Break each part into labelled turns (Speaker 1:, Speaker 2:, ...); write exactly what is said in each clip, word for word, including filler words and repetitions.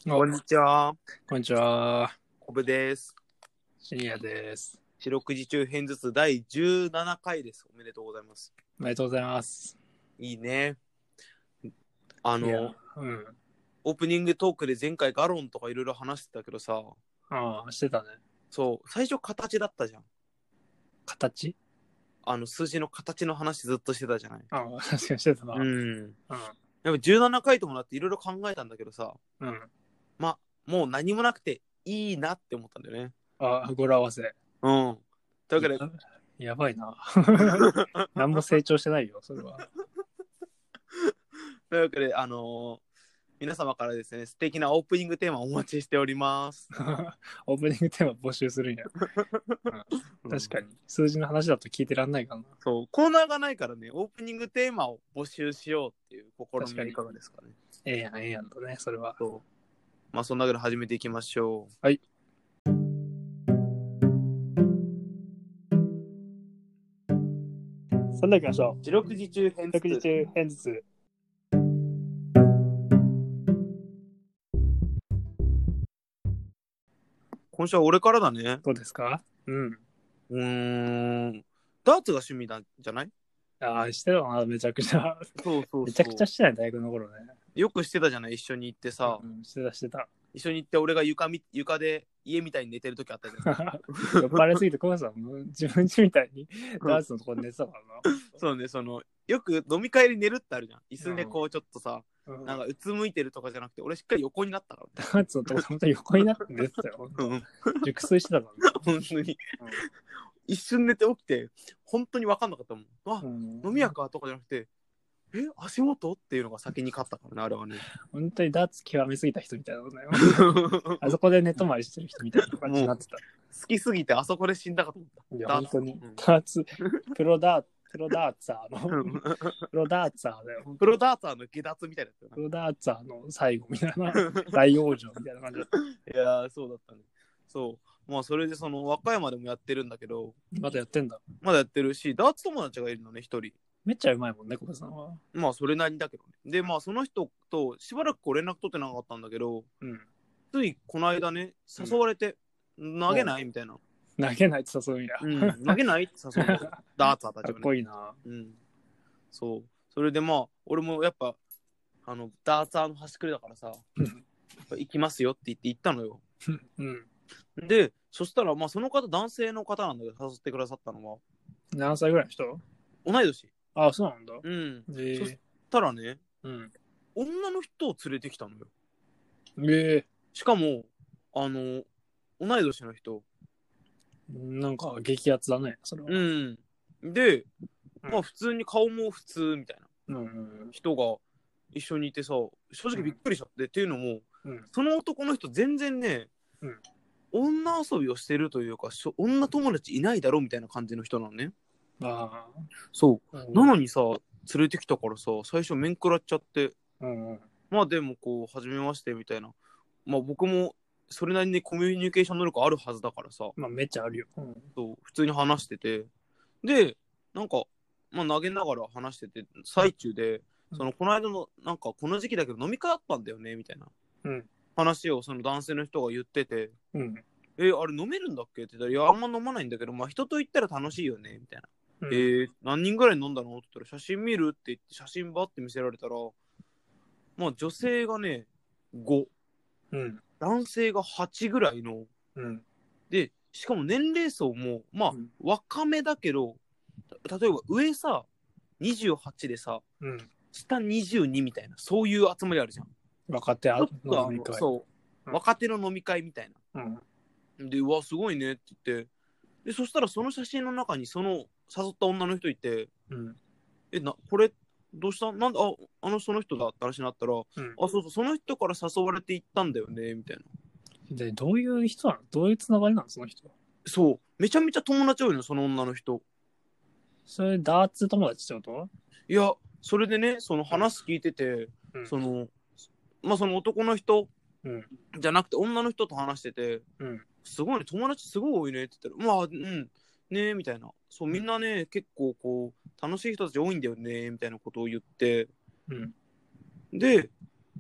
Speaker 1: こんにちは。
Speaker 2: こんにちは。
Speaker 1: コブです。
Speaker 2: 深夜です。
Speaker 1: 四六時中編ずつだいじゅうななかいです。おめでとうございます。
Speaker 2: おめでとうございます。
Speaker 1: いいね。あ
Speaker 2: いや、
Speaker 1: の、
Speaker 2: うん。
Speaker 1: オープニングトークで前回ガロンとかいろいろ話してたけどさ、
Speaker 2: ああ、してたね。
Speaker 1: そう、最初形だったじゃん。
Speaker 2: 形
Speaker 1: あの、数字の形の話ずっとしてたじゃない。
Speaker 2: ああ、確かにしてたな。
Speaker 1: うん。
Speaker 2: うん。
Speaker 1: でもじゅうななかいともなっていろいろ考えたんだけどさ、
Speaker 2: うん。
Speaker 1: まあ、もう何もなくていいなって思ったんだよね。
Speaker 2: ああ、語呂合わせ。
Speaker 1: うん。という
Speaker 2: や、
Speaker 1: わけで、
Speaker 2: やばいな。何も成長してないよ、それは。
Speaker 1: というわけで、あのー皆様からですね、素敵なオープニングテーマをお待ちしております。
Speaker 2: オープニングテーマ募集するんや。うん、確かに。数字の話だと聞いてらんないかな。
Speaker 1: そう、コーナーがないからね、オープニングテーマを募集しようっていう試みはいかがですかね。
Speaker 2: ええやん、ええやんとね、それは。
Speaker 1: そう。まあ、そんなぐらい始めていきましょう。
Speaker 2: はい。そんな行きましょう。
Speaker 1: 四六時中編
Speaker 2: 六時
Speaker 1: つ。
Speaker 2: 中編ずつ。
Speaker 1: 今週は俺からだね。
Speaker 2: どうですか？うん。
Speaker 1: うーん。ダーツが趣味なんじゃない？
Speaker 2: ああ、してたな、めちゃくちゃ。
Speaker 1: そうそう
Speaker 2: めちゃく
Speaker 1: そう。
Speaker 2: ちゃしてない、大学の頃ね。
Speaker 1: よくしてたじゃない、一緒に行ってさ。
Speaker 2: うん、してた、してた。
Speaker 1: 一緒に行って俺が床み床で家みたいに寝てる時あったじゃ
Speaker 2: 酔っ払いすぎて、コバさんも自分家みたいに
Speaker 1: ん。
Speaker 2: ダーツのところ寝てたからな。
Speaker 1: そうね、その、よく飲み会で寝るってあるじゃん。椅子でこ
Speaker 2: う
Speaker 1: うちょっとさ、
Speaker 2: んうん、
Speaker 1: なんかうつむいてるとかじゃなくて、俺しっかり横になったか
Speaker 2: ダーツのところ本当に横になって寝てたよ、本
Speaker 1: ら。う
Speaker 2: 当。
Speaker 1: ん。
Speaker 2: 熟睡してたから
Speaker 1: 本当に。
Speaker 2: な。
Speaker 1: 一瞬寝て起きて、本当に分かんなかったもん。あ、
Speaker 2: うん、
Speaker 1: 飲み屋かとかじゃなくて、え、足元っていうのが先に勝ったからね、あれはね。
Speaker 2: 本当にダーツ極めすぎた人みたいなことだよ。あそこで寝泊まりしてる人みたいな感じになってた。
Speaker 1: 好きすぎてあそこで死んだかと思った。
Speaker 2: いや、
Speaker 1: ダーツ。
Speaker 2: 本当に。
Speaker 1: うん
Speaker 2: ダーツ、プロダー、プロダーツァーの、プロダーツァーだよ。
Speaker 1: プロダーツァーの下脱みたいだったよ
Speaker 2: プロダーツァーの最後みたいな、大往生みたいな感じだった。
Speaker 1: な。いやー、そうだったね。そう。まあ、それでその、和歌山でもやってるんだけど、
Speaker 2: まだやってんだ。
Speaker 1: まだやってるし、ダーツ友達がいるのね、一人。
Speaker 2: めっちゃうまいもんね、コバさんは。
Speaker 1: まあ、それなりだけどね。で、まあ、その人としばらくこう連絡取ってなかったんだけど、
Speaker 2: うん。
Speaker 1: ついこの間ね、誘われて、投げないみたいな。
Speaker 2: 投げないって誘うんや。
Speaker 1: うん、投げないって誘うんだよ。ダーツァーたち
Speaker 2: かっ
Speaker 1: はね。
Speaker 2: こいいな。
Speaker 1: うん。そう。それでまあ、俺もやっぱ、あの、ダーツァーの端くれだからさ、行きますよって言って行ったのよ。
Speaker 2: うん。
Speaker 1: で、そしたら、まあ、その方、男性の方なんだけど、誘ってくださったのは、
Speaker 2: 何歳ぐらいの人？
Speaker 1: 同い年。
Speaker 2: あ、そうなんだ。
Speaker 1: うん。
Speaker 2: え
Speaker 1: そしたらね、
Speaker 2: ー、うん。
Speaker 1: 女の人を連れてきたのよ。
Speaker 2: え
Speaker 1: しかも、あの、同い年の人。
Speaker 2: ー、なんか激アツだね、それは。
Speaker 1: うん。で、
Speaker 2: うん
Speaker 1: まあ、普通に顔も普通みたいな
Speaker 2: うんうん
Speaker 1: 人が一緒にいてさ、正直びっくりしちゃって、っていうのも、
Speaker 2: うん
Speaker 1: その男の人全然ね、
Speaker 2: うん
Speaker 1: 女遊びをしてるというか、しょ女友達いないだろみたいな感じの人なのね。
Speaker 2: あ
Speaker 1: そ
Speaker 2: あ、
Speaker 1: う。なのにさ、連れてきたからさ、最初面食らっちゃって、
Speaker 2: うんうん、
Speaker 1: まあでもこう、初めましてみたいな。まあ僕もそれなりにコミュニケーション能力あるはずだからさ、
Speaker 2: まあめっちゃあるよ。うん、
Speaker 1: そう普通に話してて、で、なんか、まあ投げながら話してて、最中で、そのこの間の、なんかこの時期だけど飲み会あったんだよねみたいな
Speaker 2: うん
Speaker 1: 話をその男性の人が言ってて、
Speaker 2: うん
Speaker 1: え、あれ飲めるんだっけって言ったら、いや、あんま飲まないんだけど、まあ人と行ったら楽しいよねみたいな。
Speaker 2: うん、
Speaker 1: えー、何人ぐらい飲んだのって言ったら、写真見るって言って、写真バって見せられたら、まあ女性がね、ご、
Speaker 2: うん、
Speaker 1: 男性がはちぐらいの、
Speaker 2: うん、
Speaker 1: で、しかも年齢層も、まあ
Speaker 2: うん、
Speaker 1: 若めだけど、例えば上さ、にじゅうはちでさ、
Speaker 2: うん、
Speaker 1: 下にじゅうにみたいな、そういう集まりあるじゃん。
Speaker 2: 若手
Speaker 1: ちょっとあの、
Speaker 2: の飲み会。
Speaker 1: そう、
Speaker 2: うん
Speaker 1: 若手の飲み会みたい
Speaker 2: うん
Speaker 1: な。で、うわ、すごいねって言って、で、そしたらその写真の中にその誘った女の人いて、
Speaker 2: うん
Speaker 1: え、な、これ、どうしたなんで、あ、あの、その人だって話になったら、
Speaker 2: うん
Speaker 1: あ、そうそう、その人から誘われて行ったんだよね、みたいな。
Speaker 2: で、どういう人なの？どういうつながりなのその人？
Speaker 1: そう、めちゃめちゃ友達多いの、その女の人。
Speaker 2: それダーツ友達ってこ
Speaker 1: いや、それでね、その話聞いてて、
Speaker 2: と？うん
Speaker 1: その、まあ、その男の人
Speaker 2: うん
Speaker 1: じゃなくて女の人と話してて、
Speaker 2: うん
Speaker 1: すごいね、友達すごい多いねって言ったら、まあ、うん、ねえ、みたいな。そう、みんなね、結構こう、楽しい人たち多いんだよね、みたいなことを言って、
Speaker 2: うん
Speaker 1: で、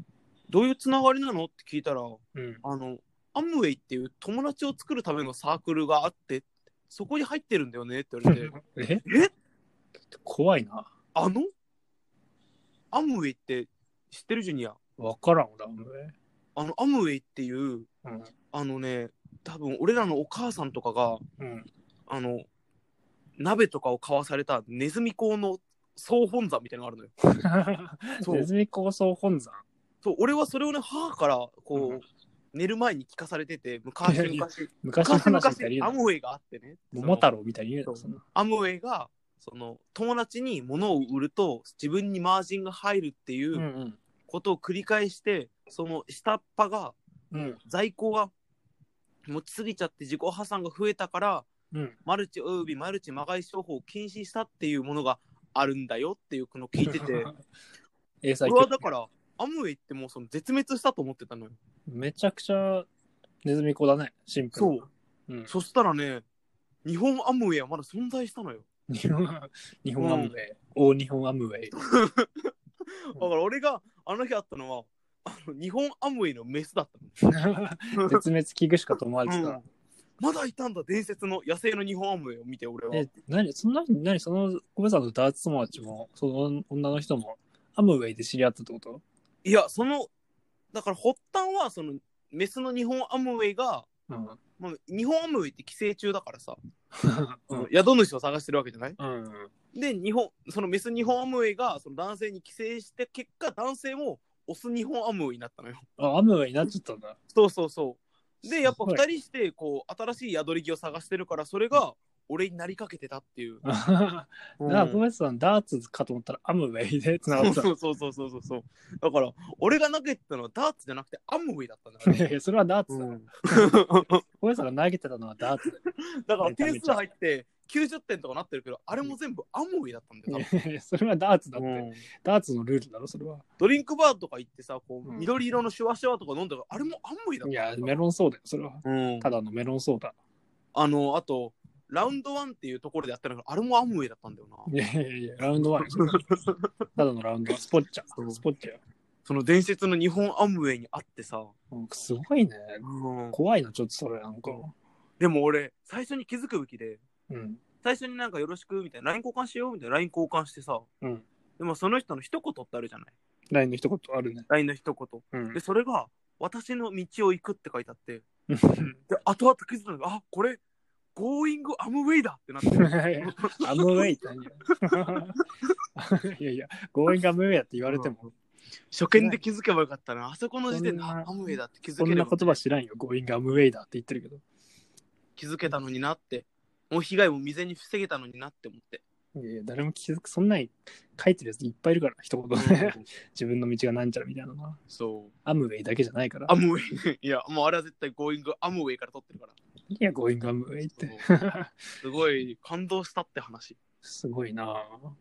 Speaker 1: どういうつながりなのって聞いたら、
Speaker 2: うん。
Speaker 1: あの、アムウェイっていう友達を作るためのサークルがあって、そこに入ってるんだよねって言われて、
Speaker 2: え
Speaker 1: え
Speaker 2: 怖いな。
Speaker 1: あのアムウェイって知ってるジュニア？
Speaker 2: わからんわ、アムウェイ。
Speaker 1: あの、アムウェイっていう、
Speaker 2: うん。
Speaker 1: あのね、多分俺らのお母さんとかが、
Speaker 2: うん。
Speaker 1: あの、鍋とかを買わされたネズミ講の総本山みたいなのがあるのよ。そう
Speaker 2: ネズミ構想本山。
Speaker 1: そう、俺はそれをね、母からこう、
Speaker 2: うん、
Speaker 1: 寝る前に聞かされてて、昔
Speaker 2: いやいや
Speaker 1: 昔、
Speaker 2: 昔の話みたいに言うな
Speaker 1: アムウェイがあってね、
Speaker 2: 桃太郎みたいに言うな、
Speaker 1: そ
Speaker 2: そんな。
Speaker 1: アムウェイがその友達に物を売ると自分にマージンが入るってい
Speaker 2: うんう。
Speaker 1: うんことを繰り返して、その下っ端が
Speaker 2: うん。
Speaker 1: 在庫が持ちすぎちゃって自己破産が増えたから、
Speaker 2: うん。
Speaker 1: マルチおよびマルチまがい商法を禁止したっていうものがあるんだよっていうのを聞いてて、
Speaker 2: 英才
Speaker 1: 俺はだからアムウェイってもうその絶滅したと思ってたのよ。
Speaker 2: めちゃくちゃネズミ子だね、シンプル。
Speaker 1: そう。
Speaker 2: うん、
Speaker 1: そしたらね、日本アムウェイはまだ存在したのよ。
Speaker 2: 日本日本アムウェイ、大日本アムウェイ。
Speaker 1: だから俺があの日会ったのは、あの日本アムウェイのメスだったの。
Speaker 2: 絶滅危惧種かと思われてた。
Speaker 1: うんまだいたんだ、伝説の野生の日本アムウェイを見て俺は。
Speaker 2: え、何そんな何その小部さんのダーツ友達も、その女の人もアムウェイで知り合ったってこと？
Speaker 1: いや、その、だから発端はそのメスの日本アムウェイが、
Speaker 2: うん
Speaker 1: まあ、日本アムウェイって寄生虫だからさ、
Speaker 2: うん
Speaker 1: 宿主を探してるわけじゃない？
Speaker 2: うん
Speaker 1: で、日本、そのメス日本アムウェイがその男性に寄生して結果、男性もオス日本アムウェイになったのよ。
Speaker 2: あ、アムウェイになっちゃったんだ。
Speaker 1: そうそうそう。で、やっぱ
Speaker 2: すごい
Speaker 1: 二人してこう新しい宿り木を探してるから、それが俺になりかけてたっていう。
Speaker 2: だから小部さんダーツかと思ったらアムウェイで繋がってた。
Speaker 1: そうそうそうそうそうそう。だから俺が投げてたのはダーツじゃなくてアムウェイだったんだから。
Speaker 2: いやいやそれはダーツだ。
Speaker 1: うん
Speaker 2: 小部さんが投げてたのはダーツ
Speaker 1: だから点数入ってきゅうじゅってんとかなってるけど、あれも全部アムウェイだったんだよ。
Speaker 2: いやいやそれはダーツだって、
Speaker 1: うん
Speaker 2: ダーツのルールだろそれは。
Speaker 1: ドリンクバーとか行ってさ、こう
Speaker 2: うん
Speaker 1: 緑色のシュワシュワとか飲んだら、あれもアムウェイだった
Speaker 2: いや
Speaker 1: んだよ。
Speaker 2: メロンソーダよそれは。
Speaker 1: うん
Speaker 2: ただのメロンソーダ。
Speaker 1: あの、あと、ラウンドワンっていうところでやったのが、あれもアムウェイだったんだよな。
Speaker 2: いやいやいやラウンドワンよただのラウンドワンスポッチャ
Speaker 1: そう
Speaker 2: スポッチャよ。
Speaker 1: その伝説の日本アムウェイにあってさ、
Speaker 2: うんすごいね。
Speaker 1: うん
Speaker 2: 怖いなちょっとそれなんか。
Speaker 1: でも俺、最初に気づくべきで、
Speaker 2: うん
Speaker 1: 最初になんかよろしくみたいな、ライン 交換しようみたいな ライン 交換してさ、
Speaker 2: うん。
Speaker 1: でもその人の一言ってあるじゃない
Speaker 2: ラインの一言あるね。
Speaker 1: ?ライン の一言。
Speaker 2: うん
Speaker 1: で、それが、私の道を行くって書いてあって、
Speaker 2: うん
Speaker 1: で、後々気づいたのが、あ、これ、Going アムウェイだってなって。
Speaker 2: アムウェイって何よいやいや、ゴーイングアムウェイって言われても、
Speaker 1: 初見で気づけばよかったな。あそこの時点で、
Speaker 2: そんな
Speaker 1: あアムウェイだって気づ
Speaker 2: そんな
Speaker 1: ければ
Speaker 2: 言葉知らんよ。ゴーイングアムウェイだって言ってるけど。
Speaker 1: 気づけたのになって。もう被害も未然に防げたのになって思って。
Speaker 2: いやいや、誰も気づく、そんなに書いてるやついっぱいいるから、一言で。自分の道がなんちゃらみたいなのは。
Speaker 1: そう。
Speaker 2: アムウェイだけじゃないから。
Speaker 1: アムウェイ。いや、もうあれは絶対 Going アムウェイから取ってるから。
Speaker 2: いや、ゴーイングアムウェイって。
Speaker 1: すごい感動したって話。
Speaker 2: すごいなぁ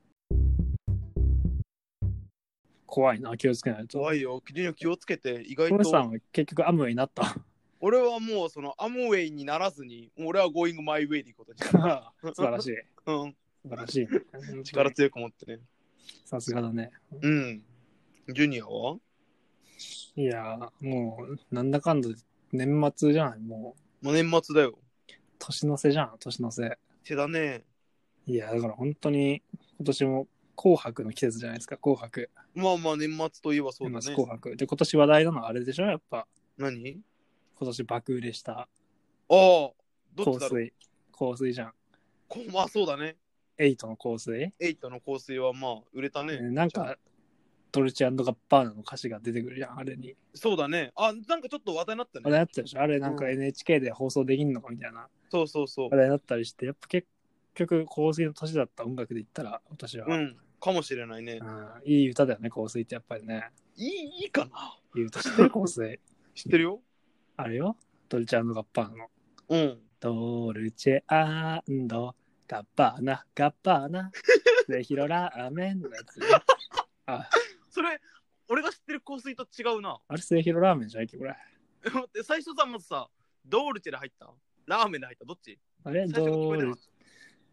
Speaker 2: 怖いな、気をつけないと。
Speaker 1: 怖いよ。君には気をつけて、意外と。
Speaker 2: コメさんは結局アムウェイになった。
Speaker 1: 俺はもうそのアムウェイにならずに、もう俺は Going My Way でいくことにした。
Speaker 2: 素晴らしい。
Speaker 1: うん。
Speaker 2: 素晴らしい。
Speaker 1: 力強く持ってね。
Speaker 2: さすがだね。
Speaker 1: うん。ジュニアはい
Speaker 2: やー、もう、なんだかんだ年末じゃない、もう。
Speaker 1: もう年末だよ。
Speaker 2: 年の瀬じゃん、年の瀬。
Speaker 1: 手だね。
Speaker 2: いや、だから本当に、今年も紅白の季節じゃないですか、紅白。
Speaker 1: まあまあ年末といえばそうだ
Speaker 2: 年末
Speaker 1: ね。
Speaker 2: 紅白。で、今年話題なのはあれでしょ、やっぱ。
Speaker 1: 何
Speaker 2: 今年爆売れした
Speaker 1: ああ、どっ
Speaker 2: 香
Speaker 1: ちだろう。
Speaker 2: 水。香水じゃん。
Speaker 1: こまあそうだね。
Speaker 2: エイトの香水。
Speaker 1: エイトの香水はまあ売れたね。
Speaker 2: なんか、ドルチェ&ガッパーナの歌詞が出てくるじゃん、あれに。
Speaker 1: そうだね。あ、なんかちょっと話題になったね。
Speaker 2: 話題になったでしょ、あれなんか
Speaker 1: うん
Speaker 2: エヌエイチケー で放送できんのかみたいな
Speaker 1: そうそうそう
Speaker 2: 話。題になったりして、やっぱ結局香水の年だった音楽で言ったら、私は。
Speaker 1: うん。かもしれないね。
Speaker 2: うんいい歌だよね、香水ってやっぱりね。
Speaker 1: いい、いいかな。
Speaker 2: いい歌知ってる香水。
Speaker 1: 知ってるよ。
Speaker 2: あれよ、ドルチェ&ガッパーナの。
Speaker 1: うん。
Speaker 2: ドルチェ&ガッパーナ、ガッパーナ、末広ラーメンのやつ、ね。あ、
Speaker 1: それ、俺が知ってる香水と違うな。
Speaker 2: あれ末広ラーメンじゃないっけ、これ。
Speaker 1: 待って、最初さ、まずさ、ドールチェで入ったラーメンで入ったどっち
Speaker 2: あれ
Speaker 1: 最初が聞こ
Speaker 2: ドル
Speaker 1: えてなかっ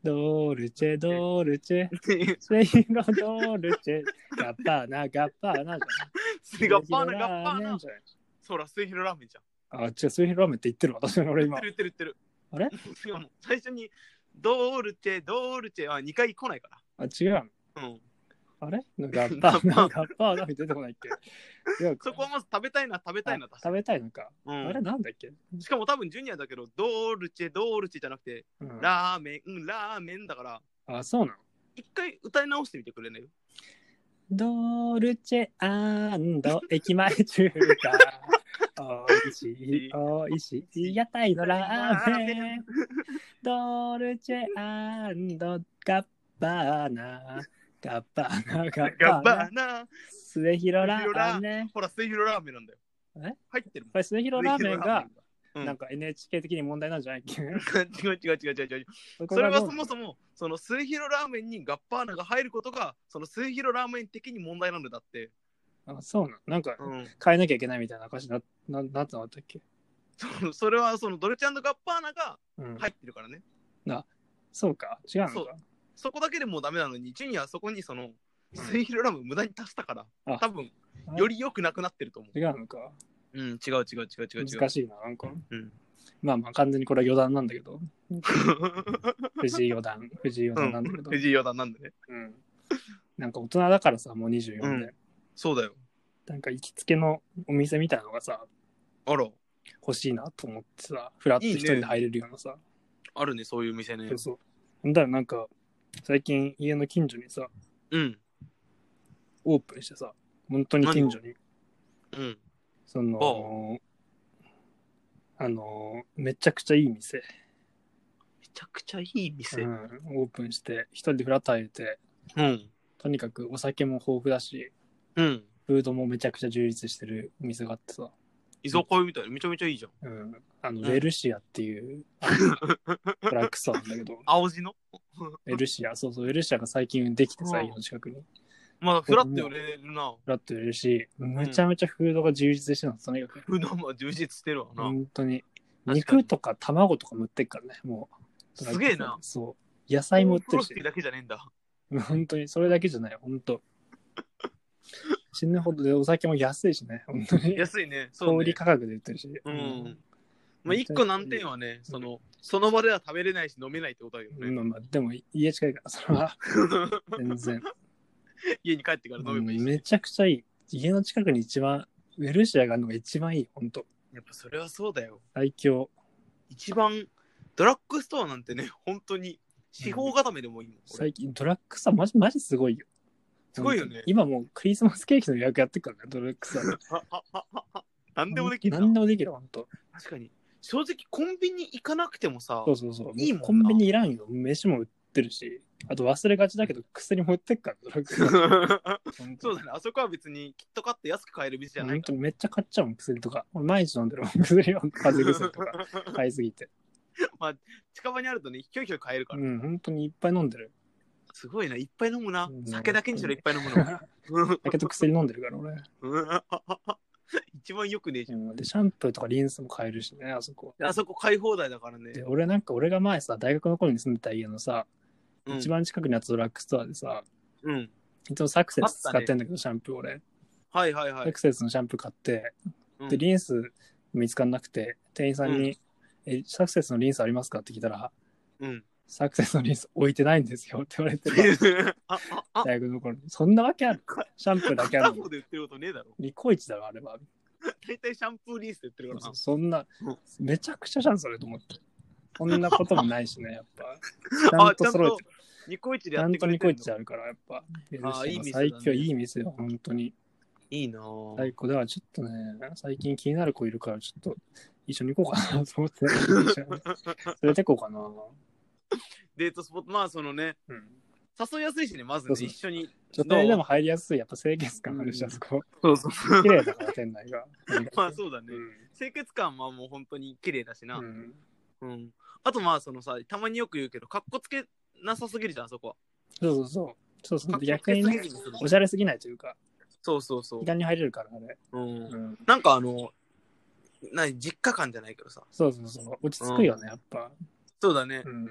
Speaker 2: ドルチェドルチェセイロドルチェガッパーナガッパーナじ
Speaker 1: スイガッパーナガッパーナ。
Speaker 2: ゃん。
Speaker 1: そら、スイヒロラーメンじゃん。
Speaker 2: あ、違う、スイヒロラーメンって言ってる私の俺今。
Speaker 1: 言ってる言ってる
Speaker 2: あれ
Speaker 1: 言ってる。しかも最初にドルチェドルチェはにかい来ないか
Speaker 2: あ、違うの。
Speaker 1: ら。うん。
Speaker 2: あれガッパーナガッパーナ出てこないっけ。違うか
Speaker 1: そこはまず食べたいな食べたいな。
Speaker 2: 食べたいのか。
Speaker 1: うん
Speaker 2: あれなんだっけ。
Speaker 1: しかも多分ジュニアだけど、ドルチェドルチェじゃなくて、
Speaker 2: うん
Speaker 1: ラーメンラーメンだから、
Speaker 2: あ、そうなの。
Speaker 1: 一回歌い直してみてくれねよ。
Speaker 2: ドルチェ駅前中華。おいしい、おいしい、屋台のラーメン。ドルチェガッバーナ。ガッバーナ、ガッ
Speaker 1: ガッ
Speaker 2: バーナ
Speaker 1: バ。ーナ。
Speaker 2: 末広ラーメン。
Speaker 1: ほら、末広ラーメンなんだよ。
Speaker 2: え
Speaker 1: 入ってるもん。
Speaker 2: これ末広ラーメンが、
Speaker 1: うん
Speaker 2: なんか エヌエイチケー 的に問題なんじゃないっけ。
Speaker 1: 違う違う違う違う違う違う。それはそもそも、その末広ラーメンにガッパーナが入ることが、その末広ラーメン的に問題なんだって。
Speaker 2: あ、そうなの。なんか、
Speaker 1: うん、
Speaker 2: 変えなきゃいけないみたいな歌詞な、な、なってなかったっけ。
Speaker 1: そそれはそのドルチェ&ガッパーナが
Speaker 2: うん。
Speaker 1: 入ってるからね。
Speaker 2: あ、そうか。違うの
Speaker 1: そう
Speaker 2: か。
Speaker 1: そこだけでもうダメなのに、ジュニアはそこにその末広ラーメン無駄に足したから、
Speaker 2: あ
Speaker 1: 多分
Speaker 2: あ
Speaker 1: より良くなくなってると思う。
Speaker 2: 違うのか。
Speaker 1: うん、違う違う違う違う違う。
Speaker 2: 難しいな、なんか。
Speaker 1: うん、
Speaker 2: まあまあ、完全にこれは余談なんだけど。藤井四段、藤井四段なんだけど。
Speaker 1: うん、藤井四段なんでね。
Speaker 2: うん。なんか大人だからさ、もうにじゅうよんで。
Speaker 1: うんそうだよ。
Speaker 2: なんか行きつけのお店みたいなのがさ、
Speaker 1: あら、
Speaker 2: 欲しいなと思ってさ、フラッと一人で入れるようなさ。
Speaker 1: あるね、そういう店ね
Speaker 2: そう。そう。ほんだらなんか、最近家の近所にさ、
Speaker 1: うん、
Speaker 2: オープンしてさ、本当に近所に、
Speaker 1: うん。
Speaker 2: その、あの、めちゃくちゃいい店、
Speaker 1: めちゃくちゃいい店。
Speaker 2: うん、オープンして、一人でフラッと入れて、
Speaker 1: うん。
Speaker 2: とにかくお酒も豊富だし、
Speaker 1: うん。
Speaker 2: フードもめちゃくちゃ充実してるお店があってさ、
Speaker 1: 居酒屋みたいな、めちゃめちゃいいじゃん。
Speaker 2: うん、あの、
Speaker 1: うん
Speaker 2: ウェルシアっていう、あのドラッグストアなんだけど、
Speaker 1: 青字の
Speaker 2: ウェルシア、そうそう、ウェルシアが最近できてさ、
Speaker 1: うん
Speaker 2: 家の近くに。
Speaker 1: まだフラッと寄れるな。
Speaker 2: フラッといるし、めちゃめちゃフードが充実してるの、とにかく。
Speaker 1: 普段も充実してるわな。
Speaker 2: 本当に。
Speaker 1: かに
Speaker 2: 肉とか卵とかも売ってっからね、もう。
Speaker 1: すげえな。
Speaker 2: そう。野菜も売ってるし
Speaker 1: プロスティ。だけじゃねえんだ。
Speaker 2: 本当に、それだけじゃない、本当。死ぬほどでお酒も安いしね、本当に。
Speaker 1: 安いね。
Speaker 2: 小
Speaker 1: そうね。
Speaker 2: 売価格で売ってるし。
Speaker 1: うん。まあ、一個難点はね、その、その場では食べれないし飲めないってことだけどね。
Speaker 2: まあまあ、でも家近いから、それは全然。
Speaker 1: 家に帰ってから飲めばいいし。
Speaker 2: めちゃくちゃいい。家の近くに一番、ウェルシアがあるのが一番いい、本当。
Speaker 1: やっぱそれはそうだよ。
Speaker 2: 最強。
Speaker 1: 一番、ドラッグストアなんてね、本当に、四方固めでもいいもん。
Speaker 2: 最近、ドラッグストア、マジ、マジすごいよ。
Speaker 1: すごいよね。
Speaker 2: 今もうクリスマスケーキの予約やってるからね、ドラッグストア。
Speaker 1: 何でもできるな。
Speaker 2: 何でもできる、本当。
Speaker 1: 確かに。正直、コンビニ行かなくてもさ、
Speaker 2: そうそうそう。
Speaker 1: いいもんな
Speaker 2: コンビニいらんよ。飯も売ってるし。あと忘れがちだけど、薬も売ってっから、ドラッグストア。
Speaker 1: そうだね。あそこは別にキット買って安く買える店じゃない
Speaker 2: 本当
Speaker 1: から。
Speaker 2: めっちゃ買っちゃうもん、薬とか。俺毎日飲んでるもん、薬を、風邪薬とか買いすぎて。
Speaker 1: まあ、近場にあるとね、ひょいひょい買えるから。
Speaker 2: うん、本当にいっぱい飲んでる。
Speaker 1: すごいな、いっぱい飲むな。
Speaker 2: うん
Speaker 1: 酒だけにしろいっぱい飲むの。
Speaker 2: だけど薬飲んでるから、俺。
Speaker 1: 一番よくねえじゃん。
Speaker 2: うんで、シャンプーとかリンスも買えるしね、あそこ。
Speaker 1: あそこ買い放題だからね。
Speaker 2: で、俺なんか、俺が前さ、大学の頃に住んでた家のさ、
Speaker 1: うん
Speaker 2: 一番近くにあったドラッグストアでさ、
Speaker 1: うん。
Speaker 2: いつもサクセス使ってんだけど、シャンプー俺。
Speaker 1: はいはいはい。
Speaker 2: サクセスのシャンプー買って、
Speaker 1: うん
Speaker 2: で、リンス見つかんなくて、店員さんに、え、サクセスのリンスありますかって聞いたら、
Speaker 1: うん。
Speaker 2: サクセスのリンス置いてないんですよって言われて、
Speaker 1: あ、あ、あ、
Speaker 2: 大学の頃に。そんなわけあるシャンプーだけあるの
Speaker 1: 片方で売ってることねえだろ。
Speaker 2: ニコイチだろ、あれは。
Speaker 1: 大体シャンプーリンスで売ってるからな。
Speaker 2: そんな
Speaker 1: うん、
Speaker 2: めちゃくちゃじゃん、それと思って。そんなこともないしね、やっぱ。ちゃんと揃えてる。
Speaker 1: ニコイチで
Speaker 2: ちゃん
Speaker 1: やってくれてる
Speaker 2: とニコイチあるから、やっぱ。
Speaker 1: あーいい店だね
Speaker 2: 最強、いい店よ、本当に。
Speaker 1: いいなぁ。
Speaker 2: 最高。だからちょっとね、最近気になる子いるから、ちょっと一緒に行こうかなと思って。連れて行こうかな。
Speaker 1: デートスポット、まあそのね、
Speaker 2: うん。
Speaker 1: 誘いやすいしね、まずね、
Speaker 2: そうそう
Speaker 1: 一緒に。
Speaker 2: 女性でも入りやすい、やっぱ清潔感あるし、
Speaker 1: うん
Speaker 2: あそこ。
Speaker 1: そうそう。
Speaker 2: 綺麗だから、店内が。
Speaker 1: まあそうだね。
Speaker 2: うん。
Speaker 1: 清潔感はもう本当に綺麗だしな。
Speaker 2: う
Speaker 1: うん。
Speaker 2: ん。
Speaker 1: あとまあそのさ、たまによく言うけど、かっこつけなさすぎるじゃん、あそこは。
Speaker 2: そうそうそう。そうそう。
Speaker 1: かっこ
Speaker 2: 逆にね
Speaker 1: つけすぎる
Speaker 2: おしゃれすぎないというか、
Speaker 1: そうそうそう
Speaker 2: 気。軽に入れるから、あれ。
Speaker 1: うん。
Speaker 2: うん。
Speaker 1: なんかあの、な実家感じゃないけどさ。
Speaker 2: そうそうそう。落ち着くよね、やっぱ。
Speaker 1: そうだね。
Speaker 2: うん。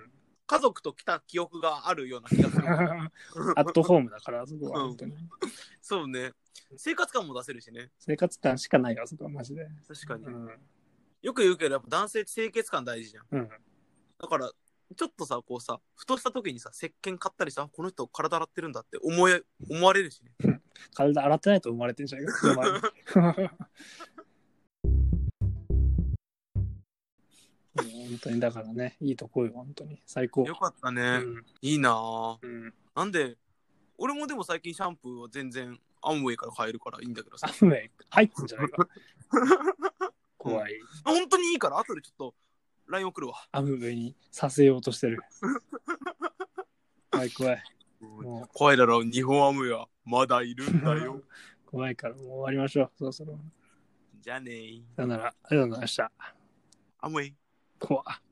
Speaker 1: 家族と来た記憶があるような気がする。
Speaker 2: アットホームだから、そこは本当に。うん、
Speaker 1: そうね。生活感も出せるしね。
Speaker 2: 生活感しかないよ、そこはマジで。
Speaker 1: 確かに。
Speaker 2: うん、
Speaker 1: よく言うけど、やっぱ男性って清潔感大事じゃん。
Speaker 2: うん、
Speaker 1: だから、ちょっとさ、こうさ、ふとした時にさ、石鹸買ったりさ、この人体洗ってるんだって思え、思われるしね。
Speaker 2: 体洗ってないと思われてんじゃないか。本当にだからね、いいとこよ、本当に。最高。
Speaker 1: よかったね。うん、いいなぁ、うん。なんで、俺もでも最近シャンプーは全然アムウェイから買えるからいいんだけどさ。
Speaker 2: アムウェイ入ってんじゃないか。怖い、うん。
Speaker 1: 本当にいいから、後でちょっと ライン 送るわ。
Speaker 2: アムウェイにさせようとしてる。怖い怖い。
Speaker 1: もう怖いだろ、日本アムウェイはまだいるんだよ。
Speaker 2: 怖いからもう終わりましょう、そろそろ。
Speaker 1: じゃあねー。
Speaker 2: さよなら、ありがとうございました。
Speaker 1: アムウェイ。
Speaker 2: 怖っ。